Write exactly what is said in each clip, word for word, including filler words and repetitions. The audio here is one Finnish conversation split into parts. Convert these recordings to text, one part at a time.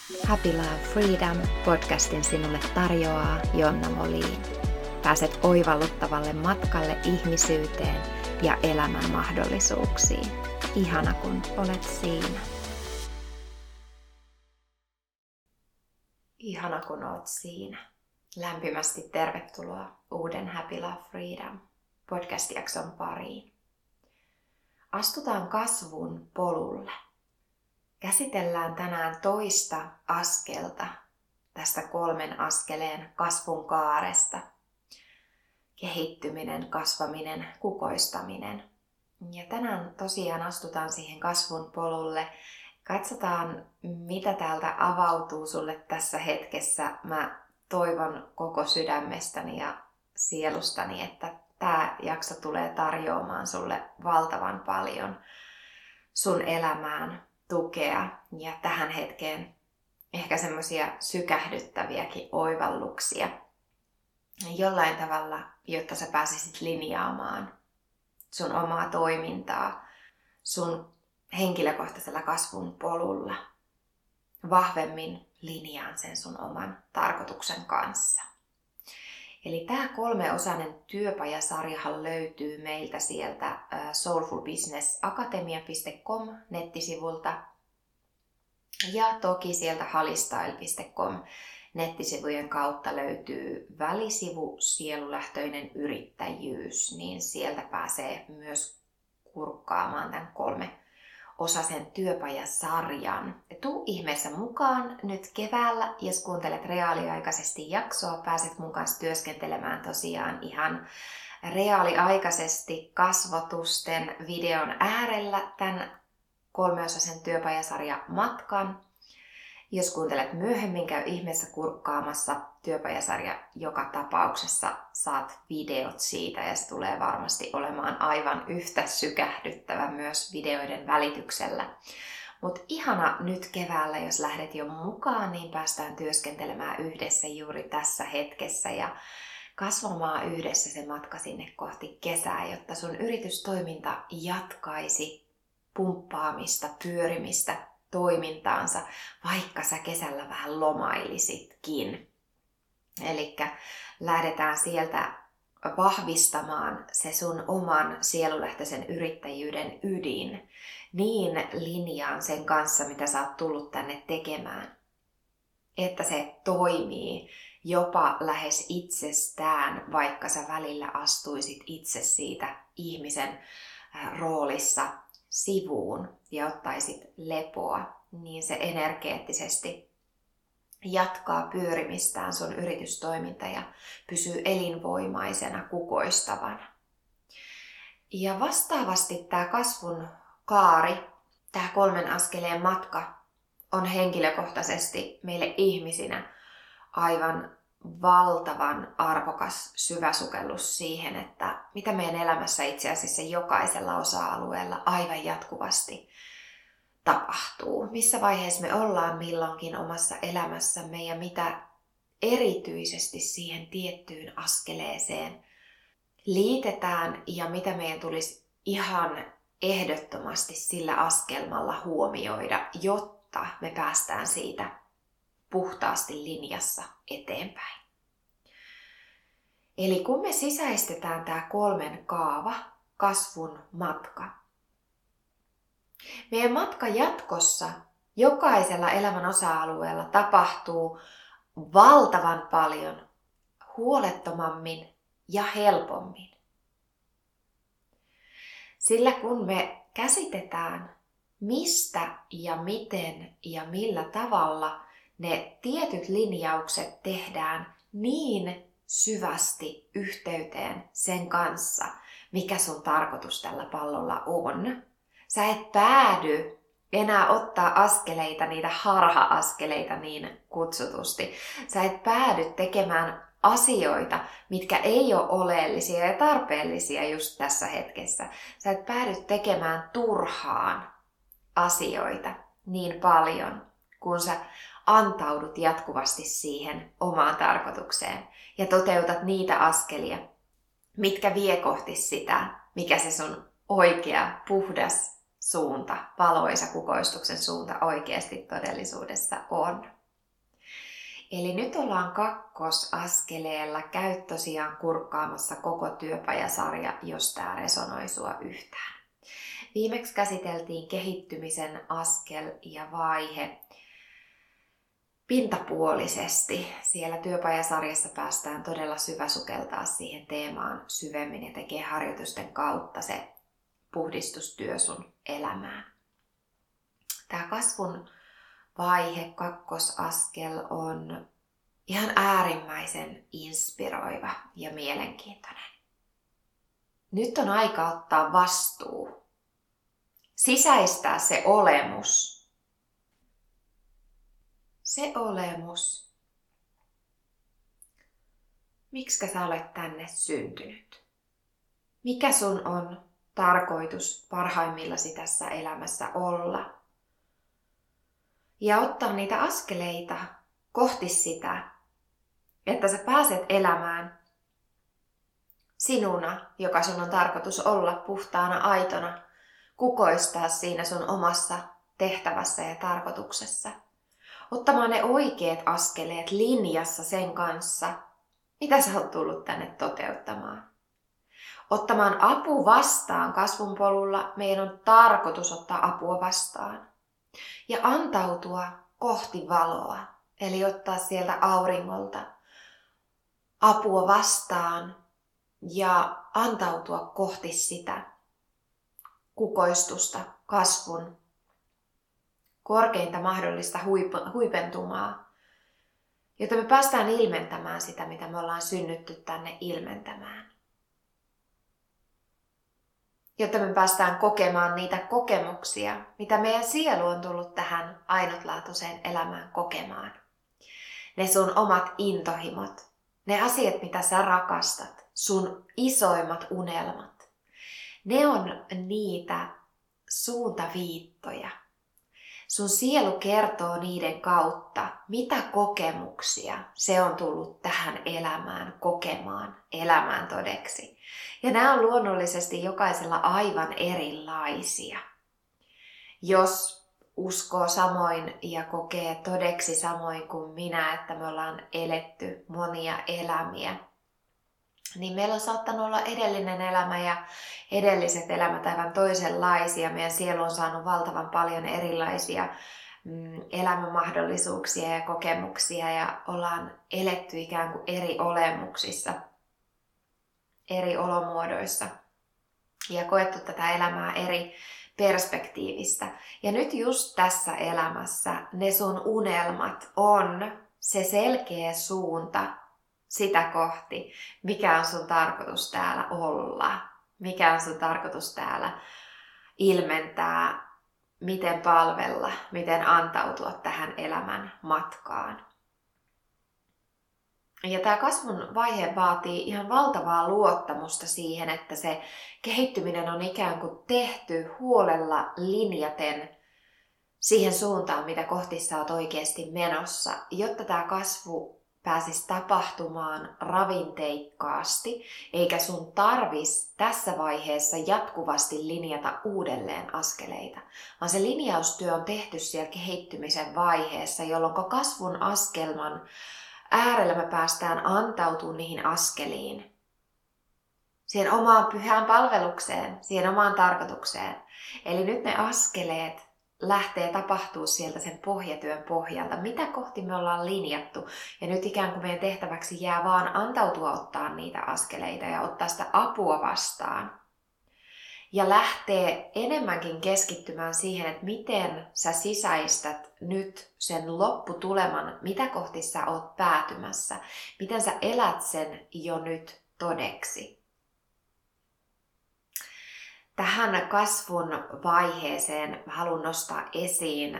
Happy Love Freedom podcastin sinulle tarjoaa Jonna Molin. Pääset oivalluttavalle matkalle ihmisyyteen ja elämän mahdollisuuksiin. Ihana kun olet siinä. Ihana kun olet siinä. Lämpimästi tervetuloa uuden Happy Love Freedom podcast-jakson pariin. Astutaan kasvun polulle. Käsitellään tänään toista askelta tästä kolmen askeleen kasvun kaaresta. Kehittyminen, kasvaminen, kukoistaminen. Ja tänään tosiaan astutaan siihen kasvun polulle. Katsotaan, mitä täältä avautuu sulle tässä hetkessä. Mä toivon koko sydämestäni ja sielustani, että tämä jakso tulee tarjoamaan sulle valtavan paljon sun elämään tukea ja tähän hetkeen ehkä semmoisia sykähdyttäviäkin oivalluksia jollain tavalla, jotta sä pääsisit linjaamaan sun omaa toimintaa sun henkilökohtaisella kasvun polulla vahvemmin linjaan sen sun oman tarkoituksen kanssa. Eli tämä kolmeosainen työpajasarjahan löytyy meiltä sieltä soulful business academia piste com nettisivulta ja toki sieltä halistyle piste com nettisivujen kautta löytyy välisivu Sielulähtöinen yrittäjyys, niin sieltä pääsee myös kurkkaamaan tämän kolme osasen työpajasarjan. Tuu ihmeessä mukaan nyt keväällä, jos kuuntelet reaaliaikaisesti jaksoa, pääset mun kanssa työskentelemään tosiaan ihan reaaliaikaisesti kasvotusten videon äärellä tämän kolmeosaisen työpajasarjan matkan. Jos kuuntelet myöhemmin, käy ihmeessä kurkkaamassa työpajasarja joka tapauksessa, saat videot siitä ja se tulee varmasti olemaan aivan yhtä sykähdyttävä myös videoiden välityksellä. Mutta ihana nyt keväällä, jos lähdet jo mukaan, niin päästään työskentelemään yhdessä juuri tässä hetkessä ja kasvamaan yhdessä se matka sinne kohti kesää, jotta sun yritystoiminta jatkaisi pumppaamista, pyörimistä, toimintaansa, vaikka sä kesällä vähän lomailisitkin. Eli lähdetään sieltä vahvistamaan se sun oman sielulähtöisen yrittäjyyden ydin niin linjaan sen kanssa, mitä sä oot tullut tänne tekemään. Että se toimii jopa lähes itsestään, vaikka sä välillä astuisit itse siitä ihmisen roolissa sivuun ja ottaisit lepoa, niin se energeettisesti jatkaa pyörimistään sun yritystoiminta ja pysyy elinvoimaisena, kukoistavana. Ja vastaavasti tämä kasvun kaari, tämä kolmen askeleen matka on henkilökohtaisesti meille ihmisinä aivan valtavan arvokas syvä sukellus siihen, että mitä meidän elämässä itse asiassa jokaisella osa-alueella aivan jatkuvasti tapahtuu. Missä vaiheessa me ollaan milloinkin omassa elämässämme ja mitä erityisesti siihen tiettyyn askeleeseen liitetään ja mitä meidän tulisi ihan ehdottomasti sillä askelmalla huomioida, jotta me päästään siitä puhtaasti linjassa eteenpäin. Eli kun me sisäistetään tämä kolmen kaava, kasvun matka, meidän matka jatkossa jokaisella elämän osa-alueella tapahtuu valtavan paljon huolettomammin ja helpommin. Sillä kun me käsitetään, mistä ja miten ja millä tavalla ne tietyt linjaukset tehdään niin syvästi yhteyteen sen kanssa, mikä sun tarkoitus tällä pallolla on. Sä et päädy enää ottaa askeleita, niitä harha-askeleita niin kutsutusti. Sä et päädy tekemään asioita, mitkä ei ole oleellisia ja tarpeellisia just tässä hetkessä. Sä et päädy tekemään turhaan asioita niin paljon, kun sä antaudut jatkuvasti siihen omaan tarkoitukseen ja toteutat niitä askelia, mitkä vie kohti sitä, mikä se sun oikea, puhdas, suunta, valoisa kukoistuksen suunta oikeasti todellisuudessa on. Eli nyt ollaan kakkosaskeleella. Käy tosiaan kurkkaamassa koko työpajasarja, jos tämä resonoi sua yhtään. Viimeksi käsiteltiin kehittymisen askel ja vaihe pintapuolisesti. Siellä työpajasarjassa päästään todella syväsukeltaa siihen teemaan syvemmin ja tekee harjoitusten kautta se puhdistustyö sun elämään. Tämä kasvun vaihe, kakkosaskel, on ihan äärimmäisen inspiroiva ja mielenkiintoinen. Nyt on aika ottaa vastuu. Sisäistää se olemus. Se olemus. Miksikä sä olet tänne syntynyt? Mikä sun on tarkoitus parhaimmillasi tässä elämässä olla? Ja ottaa niitä askeleita kohti sitä, että sä pääset elämään sinuna, joka sun on tarkoitus olla puhtaana, aitona, kukoistaa siinä sun omassa tehtävässä ja tarkoituksessa. Ottamaan ne oikeat askeleet linjassa sen kanssa, mitä sä oot tullut tänne toteuttamaan. Ottamaan apu vastaan kasvun polulla. Meidän on tarkoitus ottaa apua vastaan. Ja antautua kohti valoa. Eli ottaa sieltä auringolta apua vastaan ja antautua kohti sitä kukoistusta, kasvun, korkeinta mahdollista huipentumaa, jotta me päästään ilmentämään sitä, mitä me ollaan synnytty tänne ilmentämään. Jotta me päästään kokemaan niitä kokemuksia, mitä meidän sielu on tullut tähän ainutlaatuiseen elämään kokemaan. Ne sun omat intohimot, ne asiat, mitä sä rakastat, sun isoimmat unelmat. Ne on niitä suuntaviittoja. Sun sielu kertoo niiden kautta, mitä kokemuksia se on tullut tähän elämään kokemaan, elämään todeksi. Ja nämä on luonnollisesti jokaisella aivan erilaisia. Jos uskoo samoin ja kokee todeksi samoin kuin minä, että me ollaan eletty monia elämiä, niin meillä on saattanut olla edellinen elämä ja edelliset elämät aivan toisenlaisia. Meidän sielu on saanut valtavan paljon erilaisia mm, elämänmahdollisuuksia ja kokemuksia ja ollaan eletty ikään kuin eri olemuksissa, eri olomuodoissa ja koettu tätä elämää eri perspektiivistä. Ja nyt just tässä elämässä ne sun unelmat on se selkeä suunta sitä kohti, mikä on sun tarkoitus täällä olla, mikä on sun tarkoitus täällä ilmentää, miten palvella, miten antautua tähän elämän matkaan. Ja tämä kasvun vaihe vaatii ihan valtavaa luottamusta siihen, että se kehittyminen on ikään kuin tehty huolella linjaten siihen suuntaan, mitä kohti sä oot oikeasti menossa, jotta tämä kasvu pääsisi tapahtumaan ravinteikkaasti, eikä sun tarvis tässä vaiheessa jatkuvasti linjata uudelleen askeleita, vaan se linjaustyö on tehty siellä kehittymisen vaiheessa, jolloin kasvun askelman äärellä me päästään antautumaan niihin askeliin, siihen omaan pyhään palvelukseen, siihen omaan tarkoitukseen. Eli nyt ne askeleet lähtee tapahtuu sieltä sen pohjatyön pohjalta, mitä kohti me ollaan linjattu. Ja nyt ikään kuin meidän tehtäväksi jää vaan antautua ottaa niitä askeleita ja ottaa sitä apua vastaan. Ja lähtee enemmänkin keskittymään siihen, että miten sä sisäistät nyt sen lopputuleman, mitä kohti sä oot päätymässä. Miten sä elät sen jo nyt todeksi. Tähän kasvun vaiheeseen haluan nostaa esiin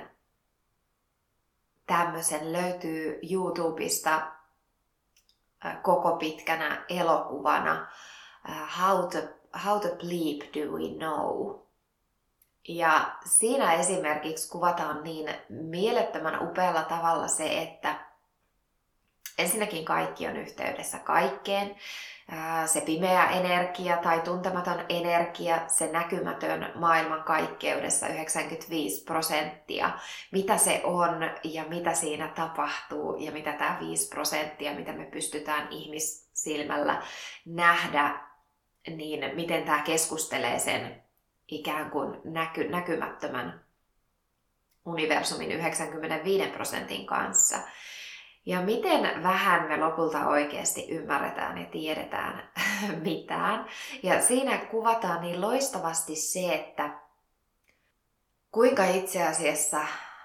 tämmöisen, löytyy YouTubesta koko pitkänä elokuvana How to, How to Bleep Do We Know. Ja siinä esimerkiksi kuvataan niin mielettömän upealla tavalla se, että Ensinnäkin kaikki on yhteydessä kaikkeen. Se pimeä energia tai tuntematon energia, se näkymätön maailmankaikkeudessa yhdeksänkymmentäviisi prosenttia, mitä se on ja mitä siinä tapahtuu ja mitä tämä viisi prosenttia, mitä me pystytään ihmissilmällä nähdä, niin miten tämä keskustelee sen ikään kuin näky, näkymättömän universumin yhdeksänkymmentäviisi prosentin kanssa. Ja miten vähän me lopulta oikeasti ymmärretään ja tiedetään mitään. Ja siinä kuvataan niin loistavasti se, että kuinka itse asiassa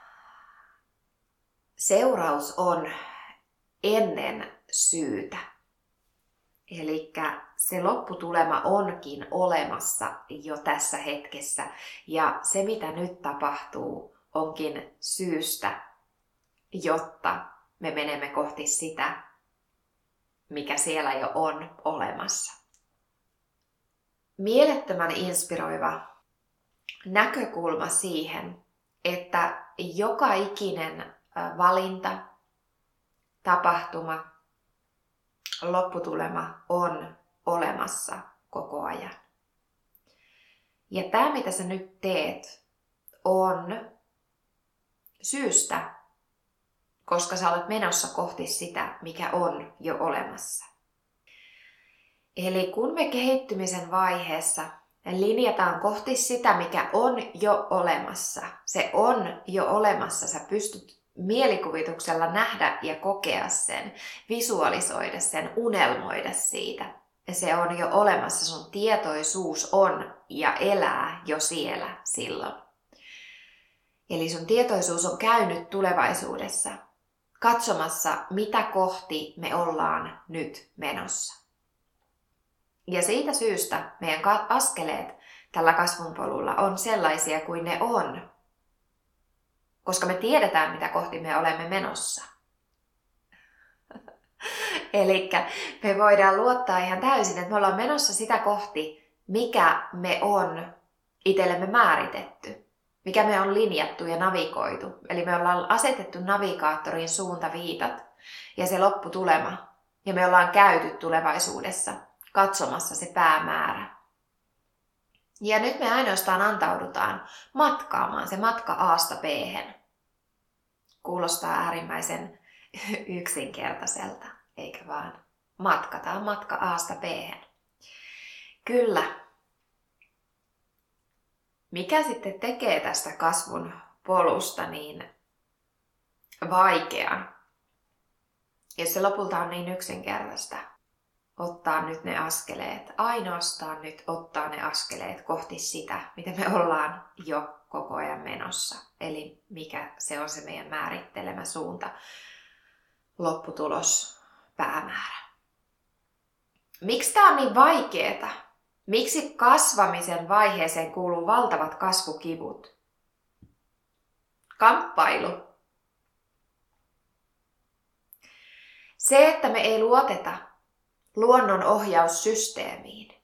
seuraus on ennen syytä. Eli se lopputulema onkin olemassa jo tässä hetkessä. Ja se, mitä nyt tapahtuu, onkin syystä, jotta me menemme kohti sitä, mikä siellä jo on olemassa. Mielettömän inspiroiva näkökulma siihen, että joka ikinen valinta, tapahtuma, lopputulema on olemassa koko ajan. Ja tämä, mitä sä nyt teet, on syystä, koska sä olet menossa kohti sitä, mikä on jo olemassa. Eli kun me kehittymisen vaiheessa linjataan kohti sitä, mikä on jo olemassa, se on jo olemassa, sä pystyt mielikuvituksella nähdä ja kokea sen, visualisoida sen, unelmoida siitä. Ja se on jo olemassa, sun tietoisuus on ja elää jo siellä silloin. Eli sun tietoisuus on käynyt tulevaisuudessa katsomassa, mitä kohti me ollaan nyt menossa. Ja siitä syystä meidän askeleet tällä kasvunpolulla on sellaisia kuin ne on. Koska me tiedetään, mitä kohti me olemme menossa. Eli me voidaan luottaa ihan täysin, että me ollaan menossa sitä kohti, mikä me on itsellemme määritetty. Mikä me on linjattu ja navigoitu. Eli me ollaan asetettu navigaattorin suuntaviitat ja se lopputulema. Ja me ollaan käyty tulevaisuudessa katsomassa se päämäärä. Ja nyt me ainoastaan antaudutaan matkaamaan se matka A:sta B:hen. Kuulostaa äärimmäisen yksinkertaiselta, eikä vaan? Matkataan matka A:sta B:hen. Kyllä. Mikä sitten tekee tästä kasvun polusta niin vaikean? Jos se lopulta on niin yksinkertaista, ottaa nyt ne askeleet, ainoastaan nyt ottaa ne askeleet kohti sitä, mitä me ollaan jo koko ajan menossa. Eli mikä se on se meidän määrittelemä suunta, lopputulos, päämäärä. Miksi tämä on niin vaikeeta? Miksi kasvamisen vaiheeseen kuuluu valtavat kasvukivut? Kamppailu. Se, että me ei luoteta luonnon ohjaussysteemiin.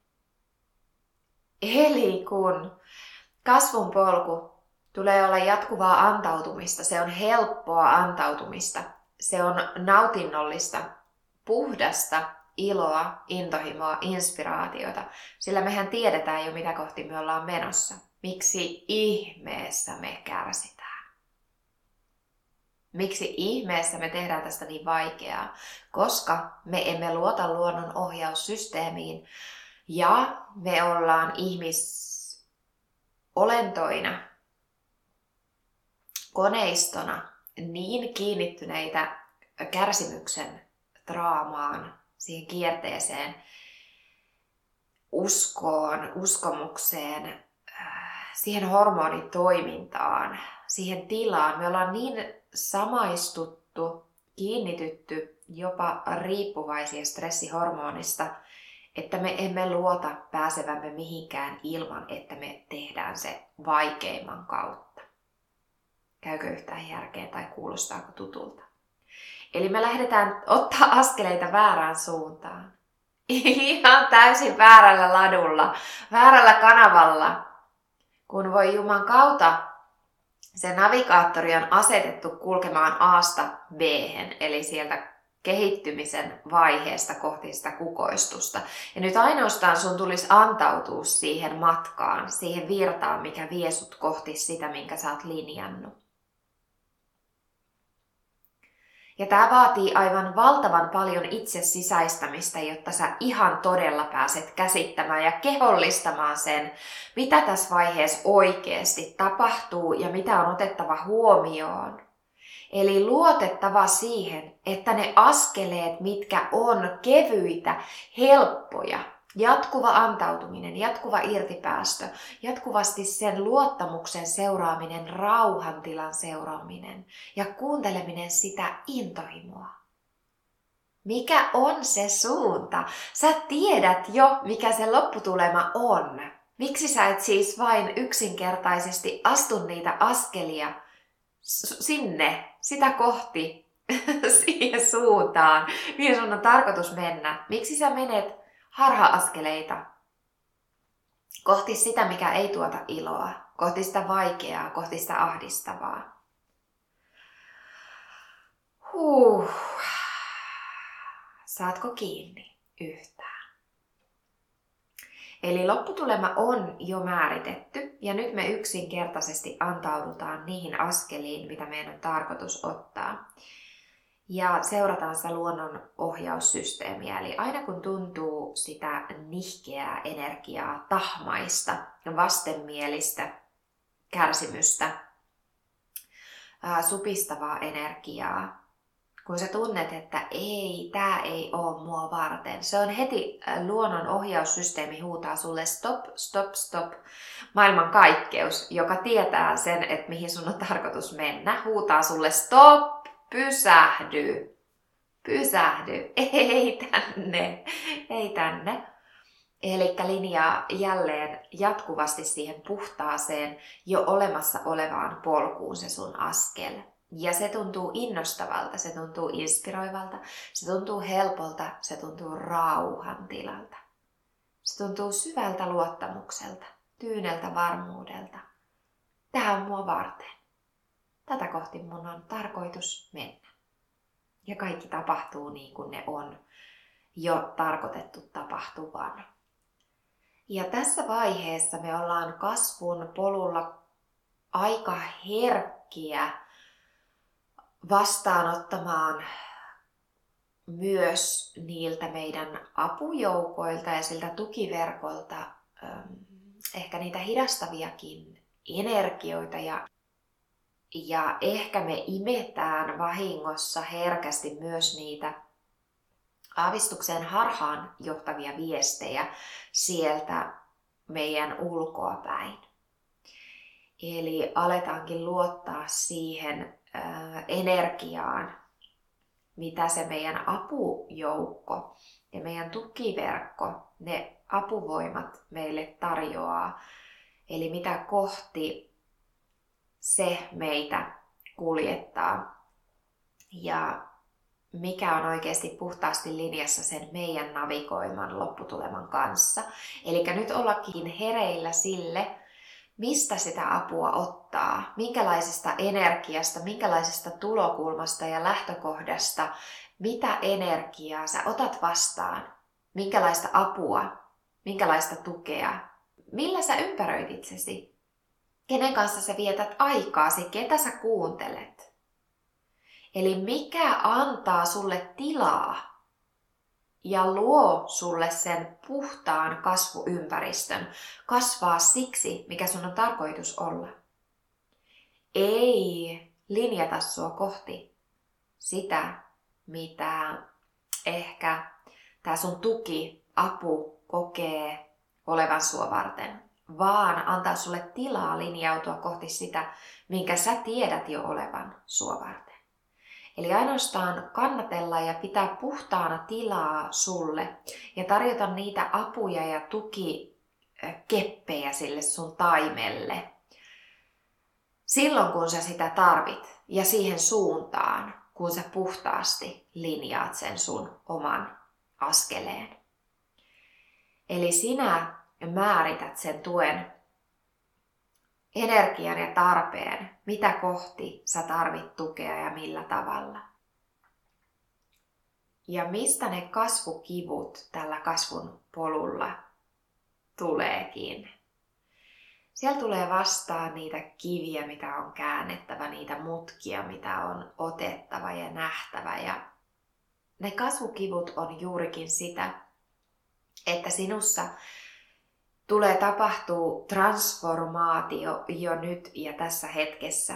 Eli kun kasvun polku tulee olla jatkuvaa antautumista, se on helppoa antautumista, se on nautinnollista, puhdasta iloa, intohimoa, inspiraatiota, sillä mehän tiedetään jo mitä kohti me ollaan menossa. Miksi ihmeessä me kärsitään? Miksi ihmeessä me tehdään tästä niin vaikeaa? Koska me emme luota luonnon ohjaussysteemiin ja me ollaan ihmisolentoina, koneistona niin kiinnittyneitä kärsimyksen draamaan, siihen kierteeseen, uskoon, uskomukseen, siihen hormonitoimintaan, siihen tilaan. Me ollaan niin samaistuttu, kiinnitytty, jopa riippuvaisia stressihormonista, että me emme luota pääsevämme mihinkään ilman, että me tehdään se vaikeimman kautta. Käykö yhtään järkeen tai kuulostaako tutulta? Eli me lähdetään ottaa askeleita väärään suuntaan. Ihan täysin väärällä ladulla, väärällä kanavalla. Kun voi Juman kautta se navigaattori on asetettu kulkemaan A:sta B:hen, eli sieltä kehittymisen vaiheesta kohti sitä kukoistusta. Ja nyt ainoastaan sun tulisi antautua siihen matkaan, siihen virtaan, mikä vie sut kohti sitä, minkä sä oot linjannut. Ja tää vaatii aivan valtavan paljon itse sisäistämistä, jotta sä ihan todella pääset käsittämään ja kehollistamaan sen, mitä tässä vaiheessa oikeasti tapahtuu ja mitä on otettava huomioon. Eli luotettava siihen, että ne askeleet, mitkä on kevyitä, helppoja, jatkuva antautuminen, jatkuva irtipäästö, jatkuvasti sen luottamuksen seuraaminen, rauhantilan seuraaminen ja kuunteleminen sitä intohimoa. Mikä on se suunta? Sä tiedät jo, mikä se lopputulema on. Miksi sä et siis vain yksinkertaisesti astu niitä askelia sinne, sitä kohti, siihen suuntaan, mihin sun on tarkoitus mennä? Miksi sä menet harha-askeleita kohti sitä, mikä ei tuota iloa, kohti sitä vaikeaa, kohti sitä ahdistavaa? Huh. Saatko kiinni yhtään? Eli lopputulema on jo määritetty ja nyt me yksinkertaisesti antaudutaan niihin askeliin, mitä meidän on tarkoitus ottaa. Ja seurataan sitä luonnon ohjaussysteemiä. Eli aina kun tuntuu sitä nihkeää energiaa, tahmaista, vastenmielistä kärsimystä, ää, supistavaa energiaa, kun sä tunnet, että ei, tää ei oo mua varten. Se on heti luonnon ohjaussysteemi huutaa sulle stop, stop, stop. Maailman kaikkeus, joka tietää sen, että mihin sun on tarkoitus mennä, huutaa sulle stop, pysähdy, pysähdy, ei tänne, ei tänne. Eli linjaa jälleen jatkuvasti siihen puhtaaseen, jo olemassa olevaan polkuun se sun askel. Ja se tuntuu innostavalta, se tuntuu inspiroivalta, se tuntuu helpolta, se tuntuu rauhantilalta. Se tuntuu syvältä luottamukselta, tyyneltä varmuudelta. Tää on mua varten. Tätä kohti mun on tarkoitus mennä. Ja kaikki tapahtuu niin kuin ne on jo tarkoitettu tapahtuvan. Ja tässä vaiheessa me ollaan kasvun polulla aika herkkiä vastaanottamaan myös niiltä meidän apujoukoilta ja siltä tukiverkolta ehkä niitä hidastaviakin energioita ja, ja ehkä me imetään vahingossa herkästi myös niitä aavistuksen harhaan johtavia viestejä sieltä meidän ulkoa päin. Eli aletaankin luottaa siihen äh, energiaan, mitä se meidän apujoukko ja meidän tukiverkko, ne apuvoimat meille tarjoaa. Eli mitä kohti se meitä kuljettaa. Ja mikä on oikeasti puhtaasti linjassa sen meidän navigoiman lopputuleman kanssa. Eli nyt ollakin hereillä sille, mistä sitä apua ottaa, minkälaisesta energiasta, minkälaisesta tulokulmasta ja lähtökohdasta, mitä energiaa sä otat vastaan, minkälaista apua, minkälaista tukea, millä sä ympäröit itsesi, kenen kanssa sä vietät aikaasi, ketä sä kuuntelet. Eli mikä antaa sulle tilaa ja luo sulle sen puhtaan kasvuympäristön kasvaa siksi, mikä sun on tarkoitus olla. Ei linjata sua kohti sitä, mitä ehkä tää sun tuki, apu kokee olevan sua varten, vaan antaa sulle tilaa linjautua kohti sitä, minkä sä tiedät jo olevan sua varten. Eli ainoastaan kannatella ja pitää puhtaana tilaa sulle ja tarjota niitä apuja ja tukikeppejä sille sun taimelle. Silloin kun sä sitä tarvit ja siihen suuntaan, kun sä puhtaasti linjaat sen sun oman askeleen. Eli sinä määrität sen tuen energian ja tarpeen, mitä kohti sä tarvit tukea ja millä tavalla. ja mistä ne kasvukivut tällä kasvun polulla tuleekin. Siellä tulee vastaan niitä kiviä, mitä on käännettävä, niitä mutkia, mitä on otettava ja nähtävä. Ja ne kasvukivut on juurikin sitä, että sinussa tulee tapahtua transformaatio jo nyt ja tässä hetkessä.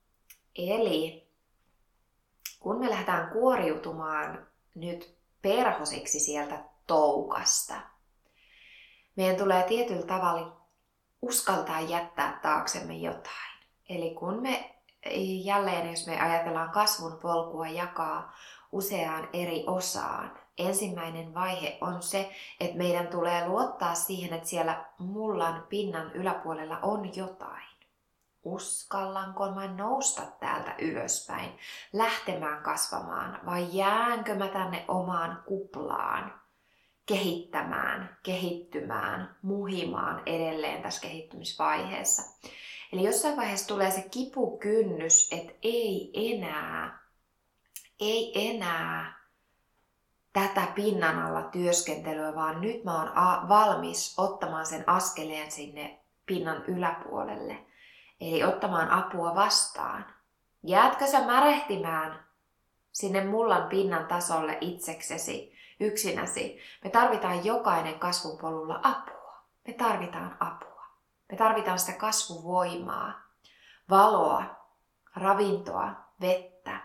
Eli kun me lähdetään kuoriutumaan nyt perhosiksi sieltä toukasta, meidän tulee tietyllä tavalla uskaltaa jättää taaksemme jotain. Eli kun me jälleen, jos me ajatellaan kasvun polkua jakaa useaan eri osaan, ensimmäinen vaihe on se, että meidän tulee luottaa siihen, että siellä mullan pinnan yläpuolella on jotain. Uskallanko mä nousta täältä ylöspäin, lähtemään kasvamaan vai jäänkö mä tänne omaan kuplaan, kehittämään, kehittymään, muhimaan edelleen tässä kehittymisvaiheessa. Eli jossain vaiheessa tulee se kipukynnys, että ei enää, ei enää tätä pinnan alla työskentelyä, vaan nyt mä oon valmis ottamaan sen askeleen sinne pinnan yläpuolelle. Eli ottamaan apua vastaan. Jäätkö sä märehtimään sinne mullan pinnan tasolle itseksesi, yksinäsi? Me tarvitaan jokainen kasvun polulla apua. Me tarvitaan apua. Me tarvitaan sitä kasvuvoimaa, valoa, ravintoa, vettä,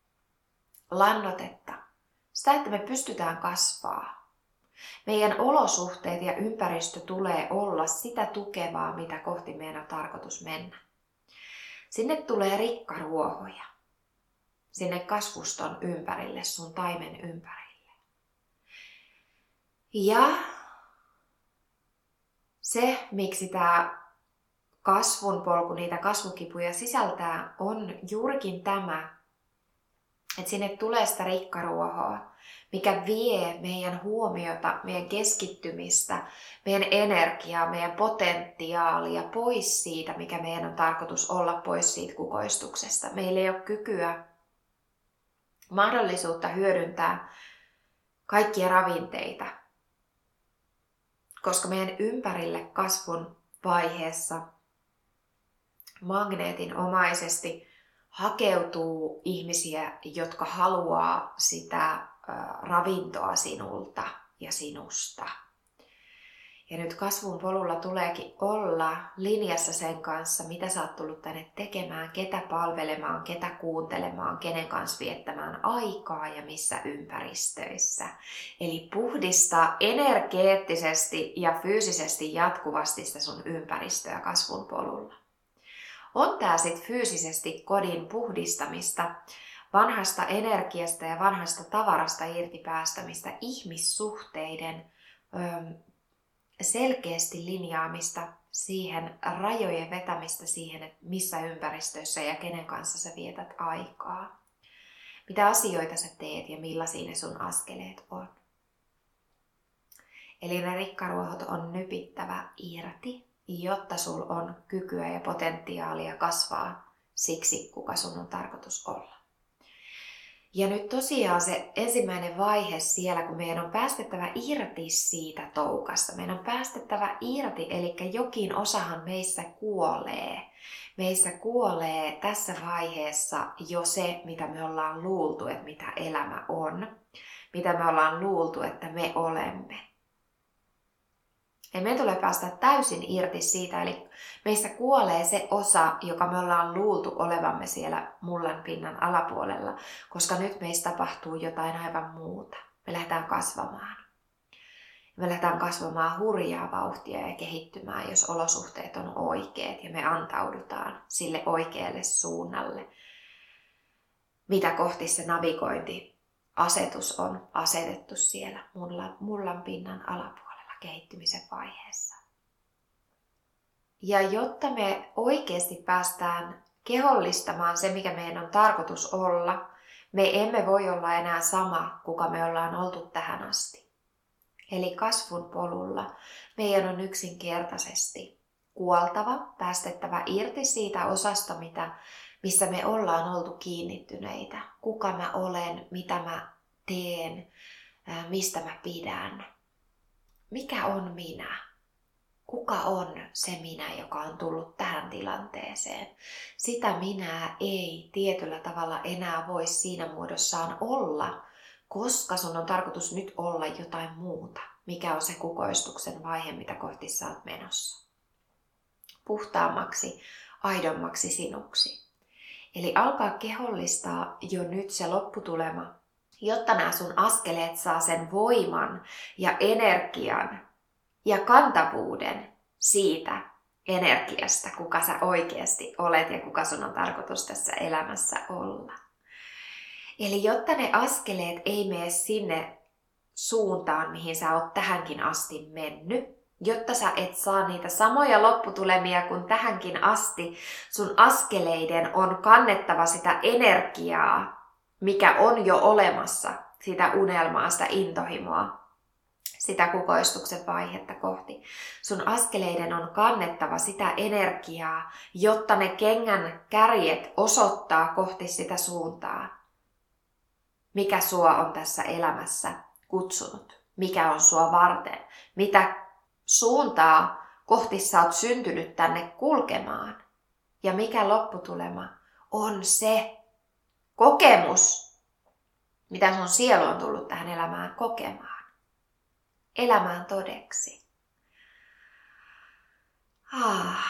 lannotetta. Sitä, että me pystytään kasvaa. Meidän olosuhteet ja ympäristö tulee olla sitä tukevaa, mitä kohti meidän on tarkoitus mennä. Sinne tulee rikkaruohoja. Sinne kasvuston ympärille, sun taimen ympärille. Ja se, miksi tämä kasvun polku, niitä kasvukipuja sisältää, on juurikin tämä, että sinne tulee sitä rikkaruohoa, mikä vie meidän huomiota, meidän keskittymistä, meidän energiaa, meidän potentiaalia pois siitä, mikä meidän on tarkoitus olla, pois siitä kukoistuksesta. Meillä ei ole kykyä, mahdollisuutta hyödyntää kaikkia ravinteita, koska meidän ympärille kasvun vaiheessa magneetinomaisesti hakeutuu ihmisiä, jotka haluaa sitä ravintoa sinulta ja sinusta. Ja nyt kasvun polulla tuleekin olla linjassa sen kanssa, mitä sä oot tullut tänne tekemään, ketä palvelemaan, ketä kuuntelemaan, kenen kanssa viettämään aikaa ja missä ympäristöissä. Eli puhdistaa energeettisesti ja fyysisesti jatkuvasti sitä sun ympäristöä kasvun polulla. On tää sit fyysisesti kodin puhdistamista, vanhasta energiasta ja vanhasta tavarasta irti päästämistä, ihmissuhteiden ö, selkeästi linjaamista siihen, rajojen vetämistä siihen, että missä ympäristöissä ja kenen kanssa sä vietät aikaa. Mitä asioita sä teet ja millaisia ne sun askeleet on. Eli ne rikkaruohot on nypittävä irti, jotta sul on kykyä ja potentiaalia kasvaa siksi, kuka sun on tarkoitus olla. Ja nyt tosiaan se ensimmäinen vaihe siellä, kun meidän on päästettävä irti siitä toukasta. Meidän on päästettävä irti, eli jokin osahan meissä kuolee. Meissä kuolee tässä vaiheessa jo se, mitä me ollaan luultu, että mitä elämä on. Mitä me ollaan luultu, että me olemme. Ja meidän tulee päästä täysin irti siitä, eli meissä kuolee se osa, joka me ollaan luultu olevamme siellä mullan pinnan alapuolella, koska nyt meistä tapahtuu jotain aivan muuta. Me lähdetään kasvamaan. Me lähdetään kasvamaan hurjaa vauhtia ja kehittymään, jos olosuhteet on oikeat ja me antaudutaan sille oikealle suunnalle, mitä kohti se navigointiasetus on asetettu siellä mullan, mullan pinnan alapuolella kehittymisen vaiheessa. Ja jotta me oikeasti päästään kehollistamaan se, mikä meidän on tarkoitus olla, me emme voi olla enää sama, kuka me ollaan oltu tähän asti. Eli kasvun polulla meidän on yksinkertaisesti kuoltava, päästettävä irti siitä osasta, mitä, missä me ollaan oltu kiinnittyneitä. Kuka mä olen, mitä mä teen, mistä mä pidän. Mikä on minä? Kuka on se minä, joka on tullut tähän tilanteeseen? Sitä minää ei tietyllä tavalla enää voi siinä muodossaan olla, koska sun on tarkoitus nyt olla jotain muuta. Mikä on se kukoistuksen vaihe, mitä kohti sä oot menossa? Puhtaammaksi, aidommaksi sinuksi. Eli alkaa kehollistaa jo nyt se lopputulema, jotta nämä sun askeleet saa sen voiman ja energian ja kantavuuden siitä energiasta, kuka sä oikeasti olet ja kuka sun on tarkoitus tässä elämässä olla. Eli jotta ne askeleet ei mene sinne suuntaan, mihin sä oot tähänkin asti mennyt, jotta sä et saa niitä samoja lopputulemia kuin tähänkin asti, sun askeleiden on kannettava sitä energiaa, mikä on jo olemassa, sitä unelmaa, sitä intohimoa, sitä kukoistuksen vaihetta kohti. Sun askeleiden on kannettava sitä energiaa, jotta ne kengän kärjet osoittaa kohti sitä suuntaa, mikä sua on tässä elämässä kutsunut, mikä on sua varten, mitä suuntaa kohti sä oot syntynyt tänne kulkemaan. Ja mikä lopputulema on se kokemus, mitä sun sielu on tullut tähän elämään kokemaan. Elämään todeksi. Ah.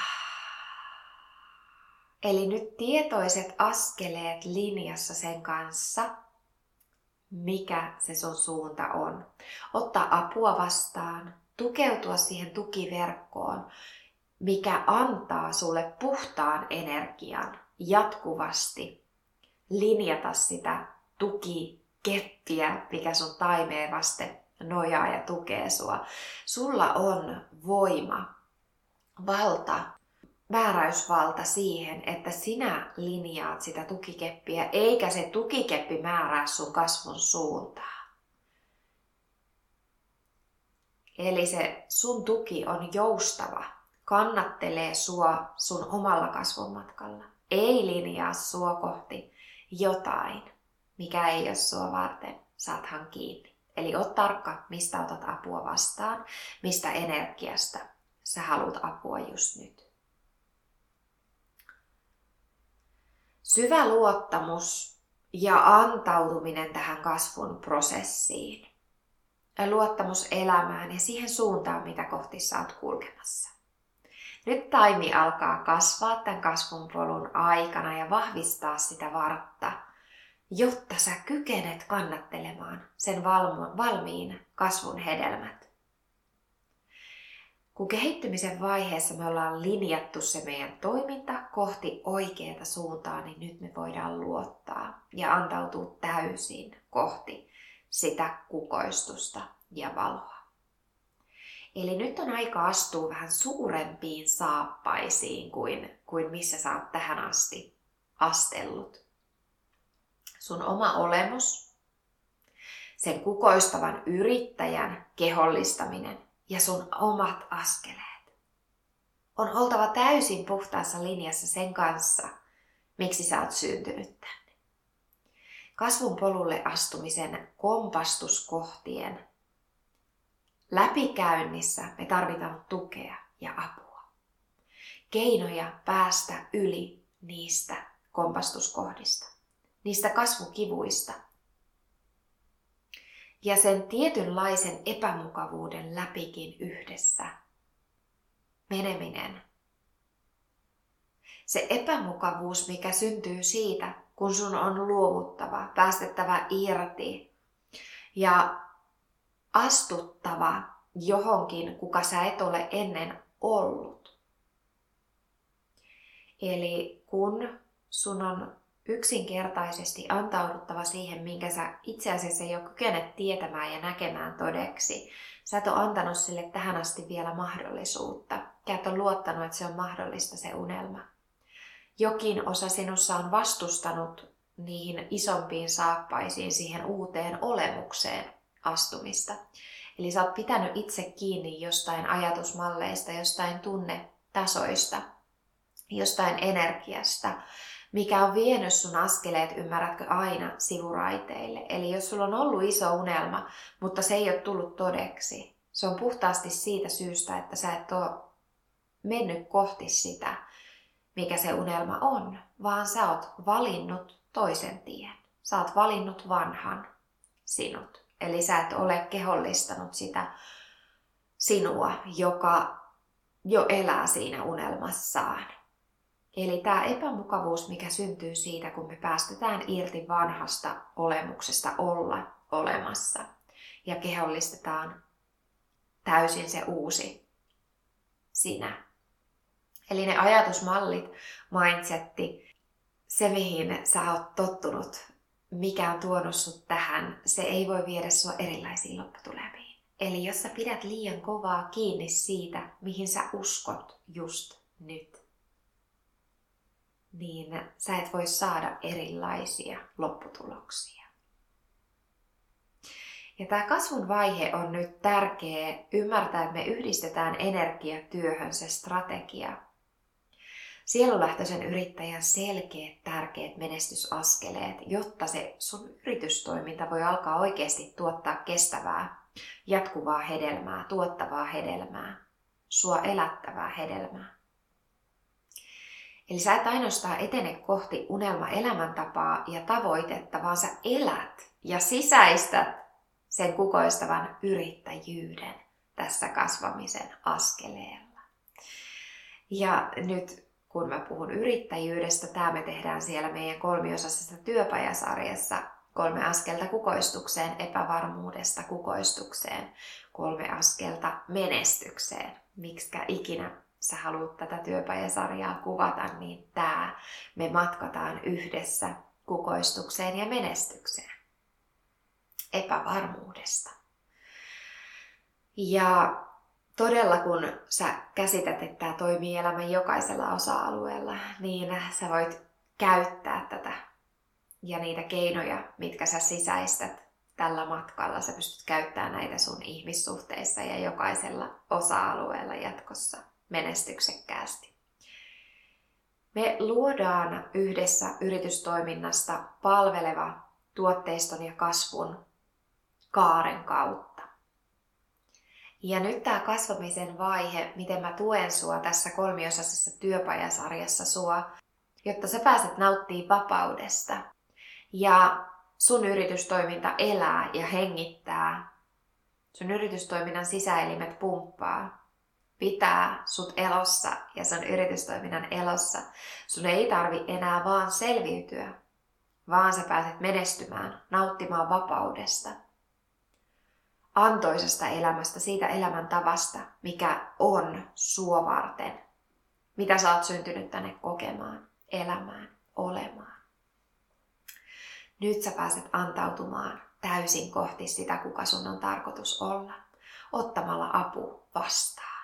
Eli nyt tietoiset askeleet linjassa sen kanssa, mikä se sun suunta on. Ottaa apua vastaan, tukeutua siihen tukiverkkoon, mikä antaa sulle puhtaan energian jatkuvasti linjata sitä tukikeppiä, mikä sun taimeen vasten nojaa ja tukee sua. Sulla on voima, valta, määräysvalta siihen, että sinä linjaat sitä tukikeppiä, eikä se tukikeppi määrää sun kasvun suuntaa. Eli se sun tuki on joustava, kannattelee sua sun omalla kasvun matkalla. Ei linjaa sua kohti jotain, mikä ei ole sua varten, saathan kiinni. Eli oot tarkka, mistä otat apua vastaan, mistä energiasta sä haluat apua just nyt. Syvä luottamus ja antautuminen tähän kasvun prosessiin. Luottamus elämään ja siihen suuntaan, mitä kohti sä oot kulkemassa. Nyt taimi alkaa kasvaa tämän kasvun polun aikana ja vahvistaa sitä vartta, jotta sä kykenet kannattelemaan sen valmiin kasvun hedelmät. Kun kehittymisen vaiheessa me ollaan linjattu se meidän toiminta kohti oikeaa suuntaa, niin nyt me voidaan luottaa ja antautua täysin kohti sitä kukoistusta ja valoa. Eli nyt on aika astua vähän suurempiin saappaisiin kuin, kuin missä sä oot tähän asti astellut. Sun oma olemus, sen kukoistavan yrittäjän kehollistaminen ja sun omat askeleet on oltava täysin puhtaassa linjassa sen kanssa, miksi sä oot syntynyt tänne. Kasvun polulle astumisen kompastuskohtien läpikäynnissä me tarvitaan tukea ja apua. Keinoja päästä yli niistä kompastuskohdista, niistä kasvukivuista. Ja sen tietynlaisen epämukavuuden läpikin yhdessä meneminen. Se epämukavuus, mikä syntyy siitä, kun sun on luovuttava, päästettävä irti ja astuttava johonkin, kuka sä et ole ennen ollut. Eli kun sun on yksinkertaisesti antauduttava siihen, minkä sä itse asiassa jo kykenet tietämään ja näkemään todeksi. Sä et ole antanut sille tähän asti vielä mahdollisuutta. Ja et ole luottanut, että se on mahdollista se unelma. Jokin osa sinussa on vastustanut niihin isompiin saappaisiin, siihen uuteen olemukseen astumista. Eli sä oot pitänyt itse kiinni jostain ajatusmalleista, jostain tunnetasoista, jostain energiasta, mikä on vienyt sun askeleet, ymmärrätkö, aina sivuraiteille. Eli jos sulla on ollut iso unelma, mutta se ei ole tullut todeksi, se on puhtaasti siitä syystä, että sä et ole mennyt kohti sitä, mikä se unelma on, vaan sä oot valinnut toisen tien. Sä oot valinnut vanhan sinut. Eli sä et ole kehollistanut sitä sinua, joka jo elää siinä unelmassaan. Eli tämä epämukavuus, mikä syntyy siitä, kun me päästetään irti vanhasta olemuksesta olla olemassa ja kehollistetaan täysin se uusi sinä. Eli ne ajatusmallit, mindsetti, se mihin sä oot tottunut, mikä on tuonut sut tähän, se ei voi viedä sua erilaisiin lopputulemiin. Eli jos sä pidät liian kovaa kiinni siitä, mihin sä uskot just nyt, niin sä et voi saada erilaisia lopputuloksia. Ja tämä kasvun vaihe on nyt tärkeä ymmärtää, että me yhdistetään energiatyöhön se strategia. Sielulähtöisen yrittäjän selkeät, tärkeät menestysaskeleet, jotta se sun yritystoiminta voi alkaa oikeasti tuottaa kestävää, jatkuvaa hedelmää, tuottavaa hedelmää, sua elättävää hedelmää. Eli sä et ainoastaan etene kohti unelma-elämäntapaa ja tavoitetta, vaan sä elät ja sisäistät sen kukoistavan yrittäjyyden tässä kasvamisen askeleella. Ja nyt kun mä puhun yrittäjyydestä, tämä me tehdään siellä meidän kolmiosaisessa työpajasarjassa. Kolme askelta kukoistukseen, epävarmuudesta kukoistukseen, kolme askelta menestykseen. Miksikä ikinä sä haluat tätä työpajasarjaa kuvata, niin tää me matkataan yhdessä kukoistukseen ja menestykseen. Epävarmuudesta. Ja todella kun sä käsität, että tämä toimii elämän jokaisella osa-alueella, niin sä voit käyttää tätä ja niitä keinoja, mitkä sä sisäistät tällä matkalla. Sä pystyt käyttämään näitä sun ihmissuhteissa ja jokaisella osa-alueella jatkossa menestyksekkäästi. Me luodaan yhdessä yritystoiminnasta palveleva tuotteiston ja kasvun kaaren kautta. Ja nyt tämä kasvamisen vaihe, miten mä tuen sua tässä kolmiosaisessa työpajasarjassa sua, jotta sä pääset nauttimaan vapaudesta. Ja sun yritystoiminta elää ja hengittää. Sun yritystoiminnan sisäelimet pumppaa. Pitää sut elossa ja sun yritystoiminnan elossa. Sun ei tarvi enää vaan selviytyä, vaan sä pääset menestymään, nauttimaan vapaudesta. Antoisesta elämästä, siitä elämäntavasta, mikä on sua varten. Mitä sä oot syntynyt tänne kokemaan, elämään, olemaan. Nyt sä pääset antautumaan täysin kohti sitä, kuka sun on tarkoitus olla, ottamalla apu vastaan.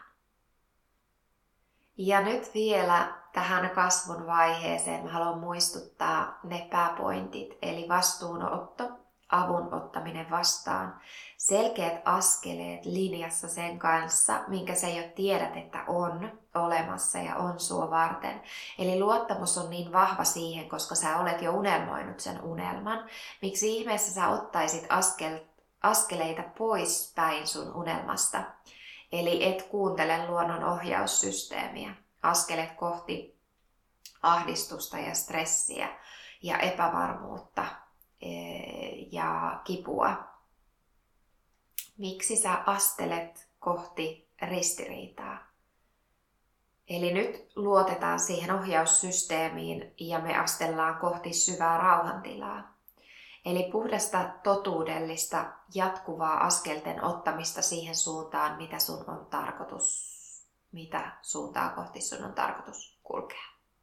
Ja nyt vielä tähän kasvun vaiheeseen mä haluan muistuttaa ne pääpointit, eli vastuunotto, avun ottaminen vastaan, selkeät askeleet linjassa sen kanssa, minkä sä jo tiedät, että on olemassa ja on sua varten. Eli luottamus on niin vahva siihen, koska sä olet jo unelmoinut sen unelman. Miksi ihmeessä sä ottaisit askel, askeleita pois päin sun unelmasta? Eli et kuuntele luonnon ohjaussysteemiä. Askelet kohti ahdistusta ja stressiä ja epävarmuutta ja kipua. Miksi sä astelet kohti ristiriitaa? Eli nyt luotetaan siihen ohjaussysteemiin ja me astellaan kohti syvää rauhantilaa. Eli puhdasta totuudellista jatkuvaa askelten ottamista siihen suuntaan, mitä sun on tarkoitus, mitä suuntaa kohti sun on tarkoitus kulkea.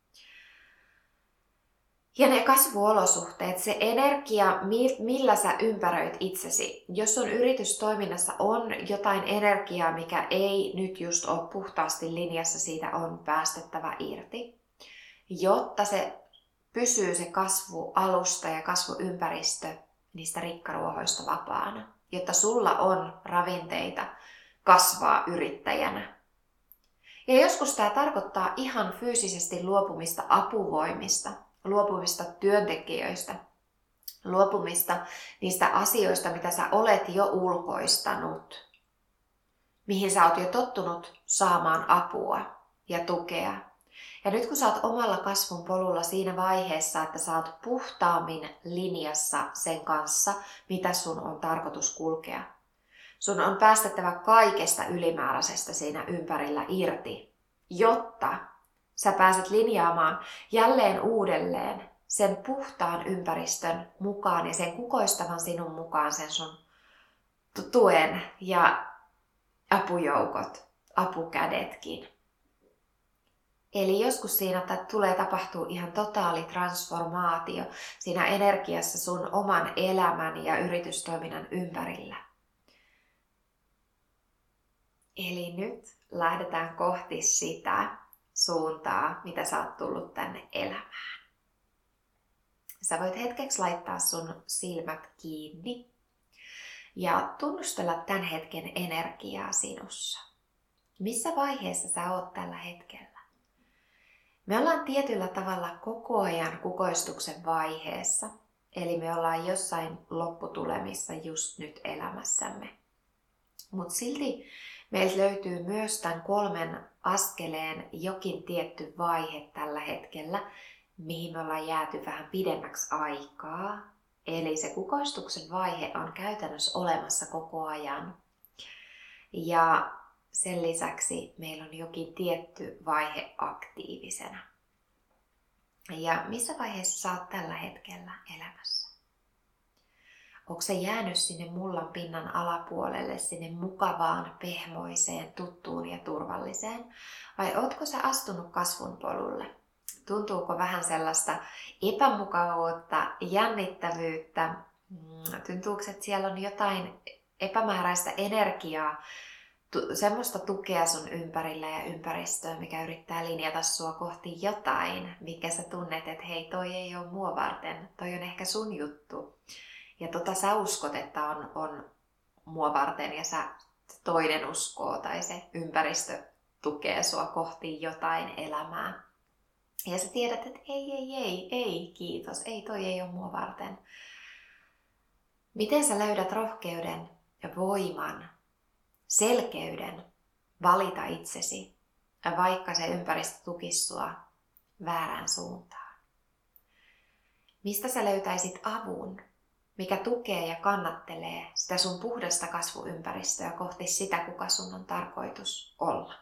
Ja ne kasvuolosuhteet, se energia, millä sä ympäröit itsesi. Jos sun yritystoiminnassa on jotain energiaa, mikä ei nyt just ole puhtaasti linjassa, siitä on päästettävä irti. Jotta se pysyy se kasvualusta ja kasvuympäristö niistä rikkaruohoista vapaana. Jotta sulla on ravinteita kasvaa yrittäjänä. Ja joskus tämä tarkoittaa ihan fyysisesti luopumista apuvoimista. luopumista työntekijöistä, luopumista niistä asioista, mitä sä olet jo ulkoistanut, mihin sä oot jo tottunut saamaan apua ja tukea. Ja nyt kun sä oot omalla kasvun polulla siinä vaiheessa, että sä oot puhtaammin linjassa sen kanssa, mitä sun on tarkoitus kulkea. Sun on päästettävä kaikesta ylimääräisestä siinä ympärillä irti, jotta sä pääset linjaamaan jälleen uudelleen sen puhtaan ympäristön mukaan ja sen kukoistavan sinun mukaan sen sun tuen ja apujoukot, apukädetkin. Eli joskus siinä tulee tapahtua ihan totaali transformaatio siinä energiassa sun oman elämän ja yritystoiminnan ympärillä. Eli nyt lähdetään kohti sitä suuntaa, mitä sä oot tullut tänne elämään. Sä voit hetkeksi laittaa sun silmät kiinni ja tunnustella tämän hetken energiaa sinussa. Missä vaiheessa sä oot tällä hetkellä? Me ollaan tietyllä tavalla koko ajan kukoistuksen vaiheessa, eli me ollaan jossain lopputulemissa just nyt elämässämme. Mutta silti meiltä löytyy myös tämän kolmen askeleen jokin tietty vaihe tällä hetkellä, mihin me ollaan jääty vähän pidemmäksi aikaa. Eli se kukoistuksen vaihe on käytännössä olemassa koko ajan. Ja sen lisäksi meillä on jokin tietty vaihe aktiivisena. Ja missä vaiheessa sä oot tällä hetkellä elämässä? Onko se jäänyt sinne mullan pinnan alapuolelle, sinne mukavaan, pehmoiseen, tuttuun ja turvalliseen? Vai ootko sä astunut kasvun polulle? Tuntuuko vähän sellaista epämukavuutta, jännittävyyttä? Tuntuuko, että siellä on jotain epämääräistä energiaa, semmoista tukea sun ympärillä ja ympäristöä, mikä yrittää linjata sua kohti jotain, mikä sä tunnet, että hei, toi ei ole mua varten, toi on ehkä sun juttu. Ja tota sä uskot, että on, on mua varten ja sä toinen uskoo tai se ympäristö tukee sua kohti jotain elämää. Ja sä tiedät, että ei, ei, ei, ei, kiitos, ei, toi ei ole mua varten. Miten sä löydät rohkeuden ja voiman, selkeyden valita itsesi, vaikka se ympäristö tukisi sua väärään suuntaan? Mistä sä löytäisit avun, mikä tukee ja kannattelee sitä sun puhdasta kasvuympäristöä kohti sitä, kuka sun on tarkoitus olla?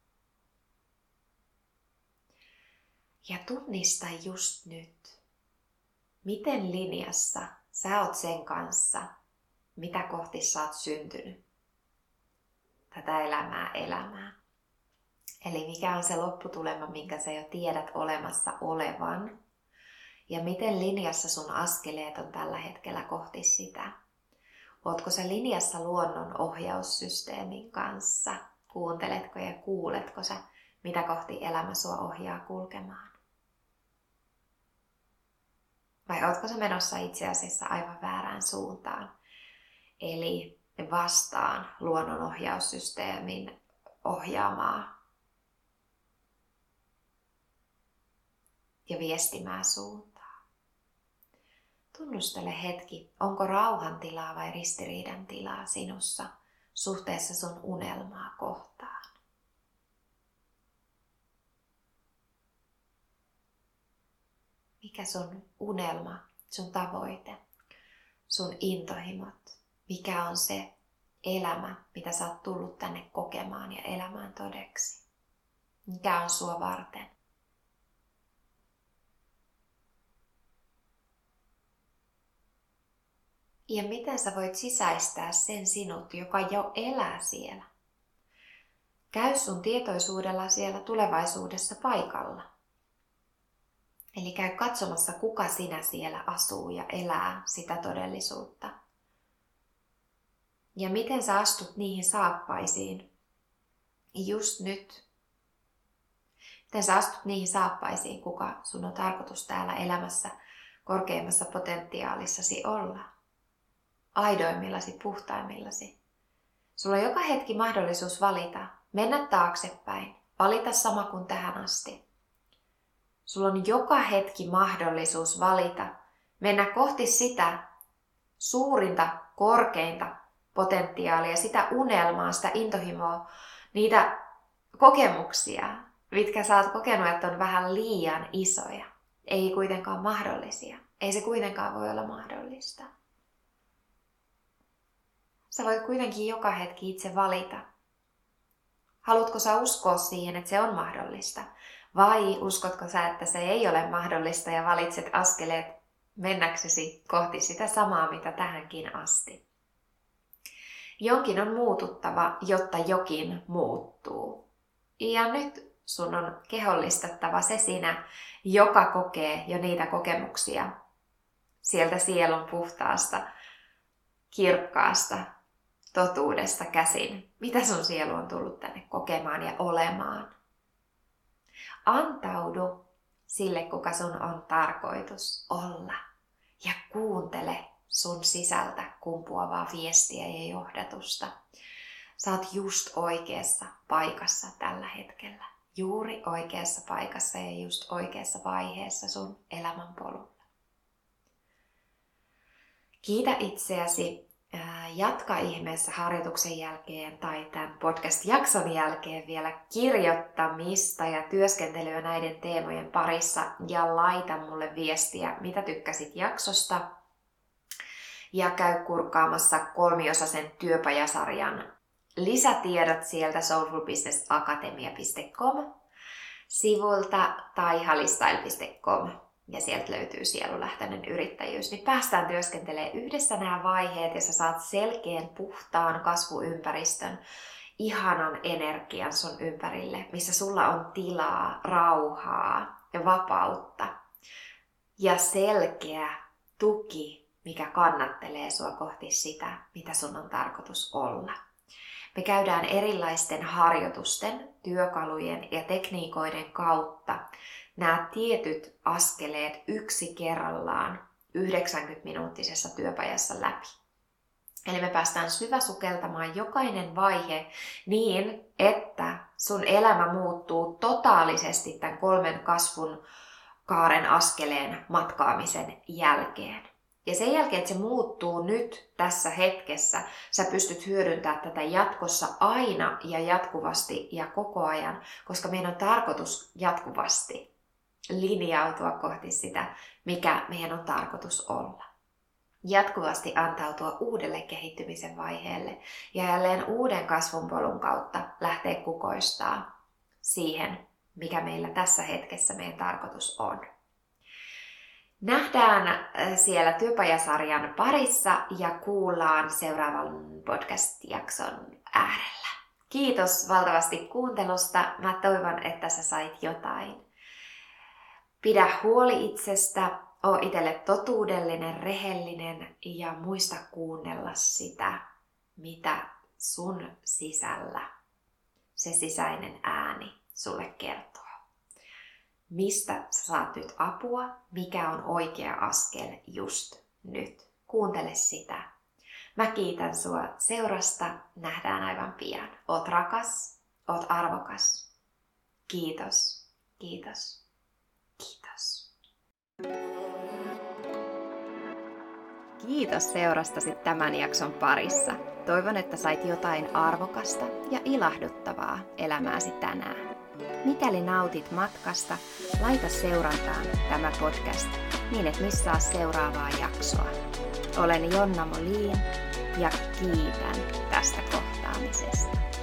Ja tunnista just nyt, miten linjassa sä oot sen kanssa, mitä kohti sä oot syntynyt. Tätä elämää elämään. Eli mikä on se lopputulema, minkä sä jo tiedät olemassa olevan. Ja miten linjassa sun askeleet on tällä hetkellä kohti sitä. Ootko sä linjassa luonnon ohjaussysteemin kanssa? Kuunteletko ja kuuletko sä, mitä kohti elämä sua ohjaa kulkemaan? Vai ootko sä menossa itse asiassa aivan väärään suuntaan? Eli vastaan luonnon ohjaussysteemin ohjaamaa ja viestimää suuntaa. Tunnustele hetki, onko rauhan tilaa vai ristiriidan tilaa sinussa suhteessa sun unelmaa kohtaan. Mikä sun unelma, sun tavoite, sun intohimot, mikä on se elämä, mitä sä oot tullut tänne kokemaan ja elämään todeksi? Mikä on sua varten? Ja miten sä voit sisäistää sen sinut, joka jo elää siellä? Käy sun tietoisuudella siellä tulevaisuudessa paikalla. Eli käy katsomassa, kuka sinä siellä asuu ja elää sitä todellisuutta. Ja miten sä astut niihin saappaisiin just nyt. Miten sä astut niihin saappaisiin, kuka sun on tarkoitus täällä elämässä korkeimmassa potentiaalissasi olla. Aidoimmillasi, puhtaimmillasi. Sulla on joka hetki mahdollisuus valita, mennä taaksepäin, valita sama kuin tähän asti. Sulla on joka hetki mahdollisuus valita, mennä kohti sitä suurinta, korkeinta potentiaalia, sitä unelmaa, sitä intohimoa, niitä kokemuksia, mitkä sä oot kokenut, että on vähän liian isoja. Ei kuitenkaan mahdollisia. Ei se kuitenkaan voi olla mahdollista. Sä voit kuitenkin joka hetki itse valita. Haluatko sä uskoa siihen, että se on mahdollista? Vai uskotko sä, että se ei ole mahdollista ja valitset askeleet mennäksesi kohti sitä samaa, mitä tähänkin asti? Jonkin on muututtava, jotta jokin muuttuu. Ja nyt sun on kehollistettava se sinä, joka kokee jo niitä kokemuksia sieltä sielun puhtaasta, kirkkaasta totuudesta käsin. Mitä sun sielu on tullut tänne kokemaan ja olemaan? Antaudu sille, kuka sun on tarkoitus olla. Ja kuuntele sun sisältä kumpuavaa viestiä ja johdatusta. Sä oot just oikeassa paikassa tällä hetkellä. Juuri oikeassa paikassa ja just oikeassa vaiheessa sun elämänpolulla. Kiitä itseäsi. Jatka ihmeessä harjoituksen jälkeen tai tämän podcast-jakson jälkeen vielä kirjoittamista ja työskentelyä näiden teemojen parissa ja laita mulle viestiä, mitä tykkäsit jaksosta. Ja käy kurkkaamassa kolmiosaisen työpajasarjan lisätiedot sieltä soulful business academia piste com sivulta tai halistyle piste com. Ja sieltä löytyy sielulähtöinen yrittäjyys, niin päästään työskentelemään yhdessä nämä vaiheet ja sä saat selkeän, puhtaan kasvuympäristön, ihanan energian sun ympärille, missä sulla on tilaa, rauhaa ja vapautta ja selkeä tuki, mikä kannattelee sua kohti sitä, mitä sun on tarkoitus olla. Me käydään erilaisten harjoitusten, työkalujen ja tekniikoiden kautta nämä tietyt askeleet yksi kerrallaan yhdeksänkymmentä-minuuttisessa työpajassa läpi. Eli me päästään syväsukeltamaan jokainen vaihe niin, että sun elämä muuttuu totaalisesti tämän kolmen kasvun kaaren askeleen matkaamisen jälkeen. Ja sen jälkeen, että se muuttuu nyt tässä hetkessä, sä pystyt hyödyntämään tätä jatkossa aina ja jatkuvasti ja koko ajan, koska meidän on tarkoitus jatkuvasti linjautua kohti sitä, mikä meidän on tarkoitus olla. Jatkuvasti antautua uudelle kehittymisen vaiheelle ja jälleen uuden kasvun polun kautta lähteä kukoistaa siihen, mikä meillä tässä hetkessä meidän tarkoitus on. Nähdään siellä työpajasarjan parissa ja kuullaan seuraavan podcast-jakson äärellä. Kiitos valtavasti kuuntelusta. Mä toivon, että sä sait jotain. Pidä huoli itsestä, oo itselle totuudellinen, rehellinen ja muista kuunnella sitä, mitä sun sisällä se sisäinen ääni sulle kertoo. Mistä sä saat nyt apua, mikä on oikea askel just nyt. Kuuntele sitä. Mä kiitän sua seurasta. Nähdään aivan pian. Oot rakas, oot arvokas. Kiitos, kiitos, kiitos. Kiitos seurastasi tämän jakson parissa. Toivon, että sait jotain arvokasta ja ilahduttavaa elämääsi tänään. Mikäli nautit matkasta, laita seurantaan tämä podcast niin et missaa seuraavaa jaksoa. Olen Jonna Molin ja kiitän tästä kohtaamisesta.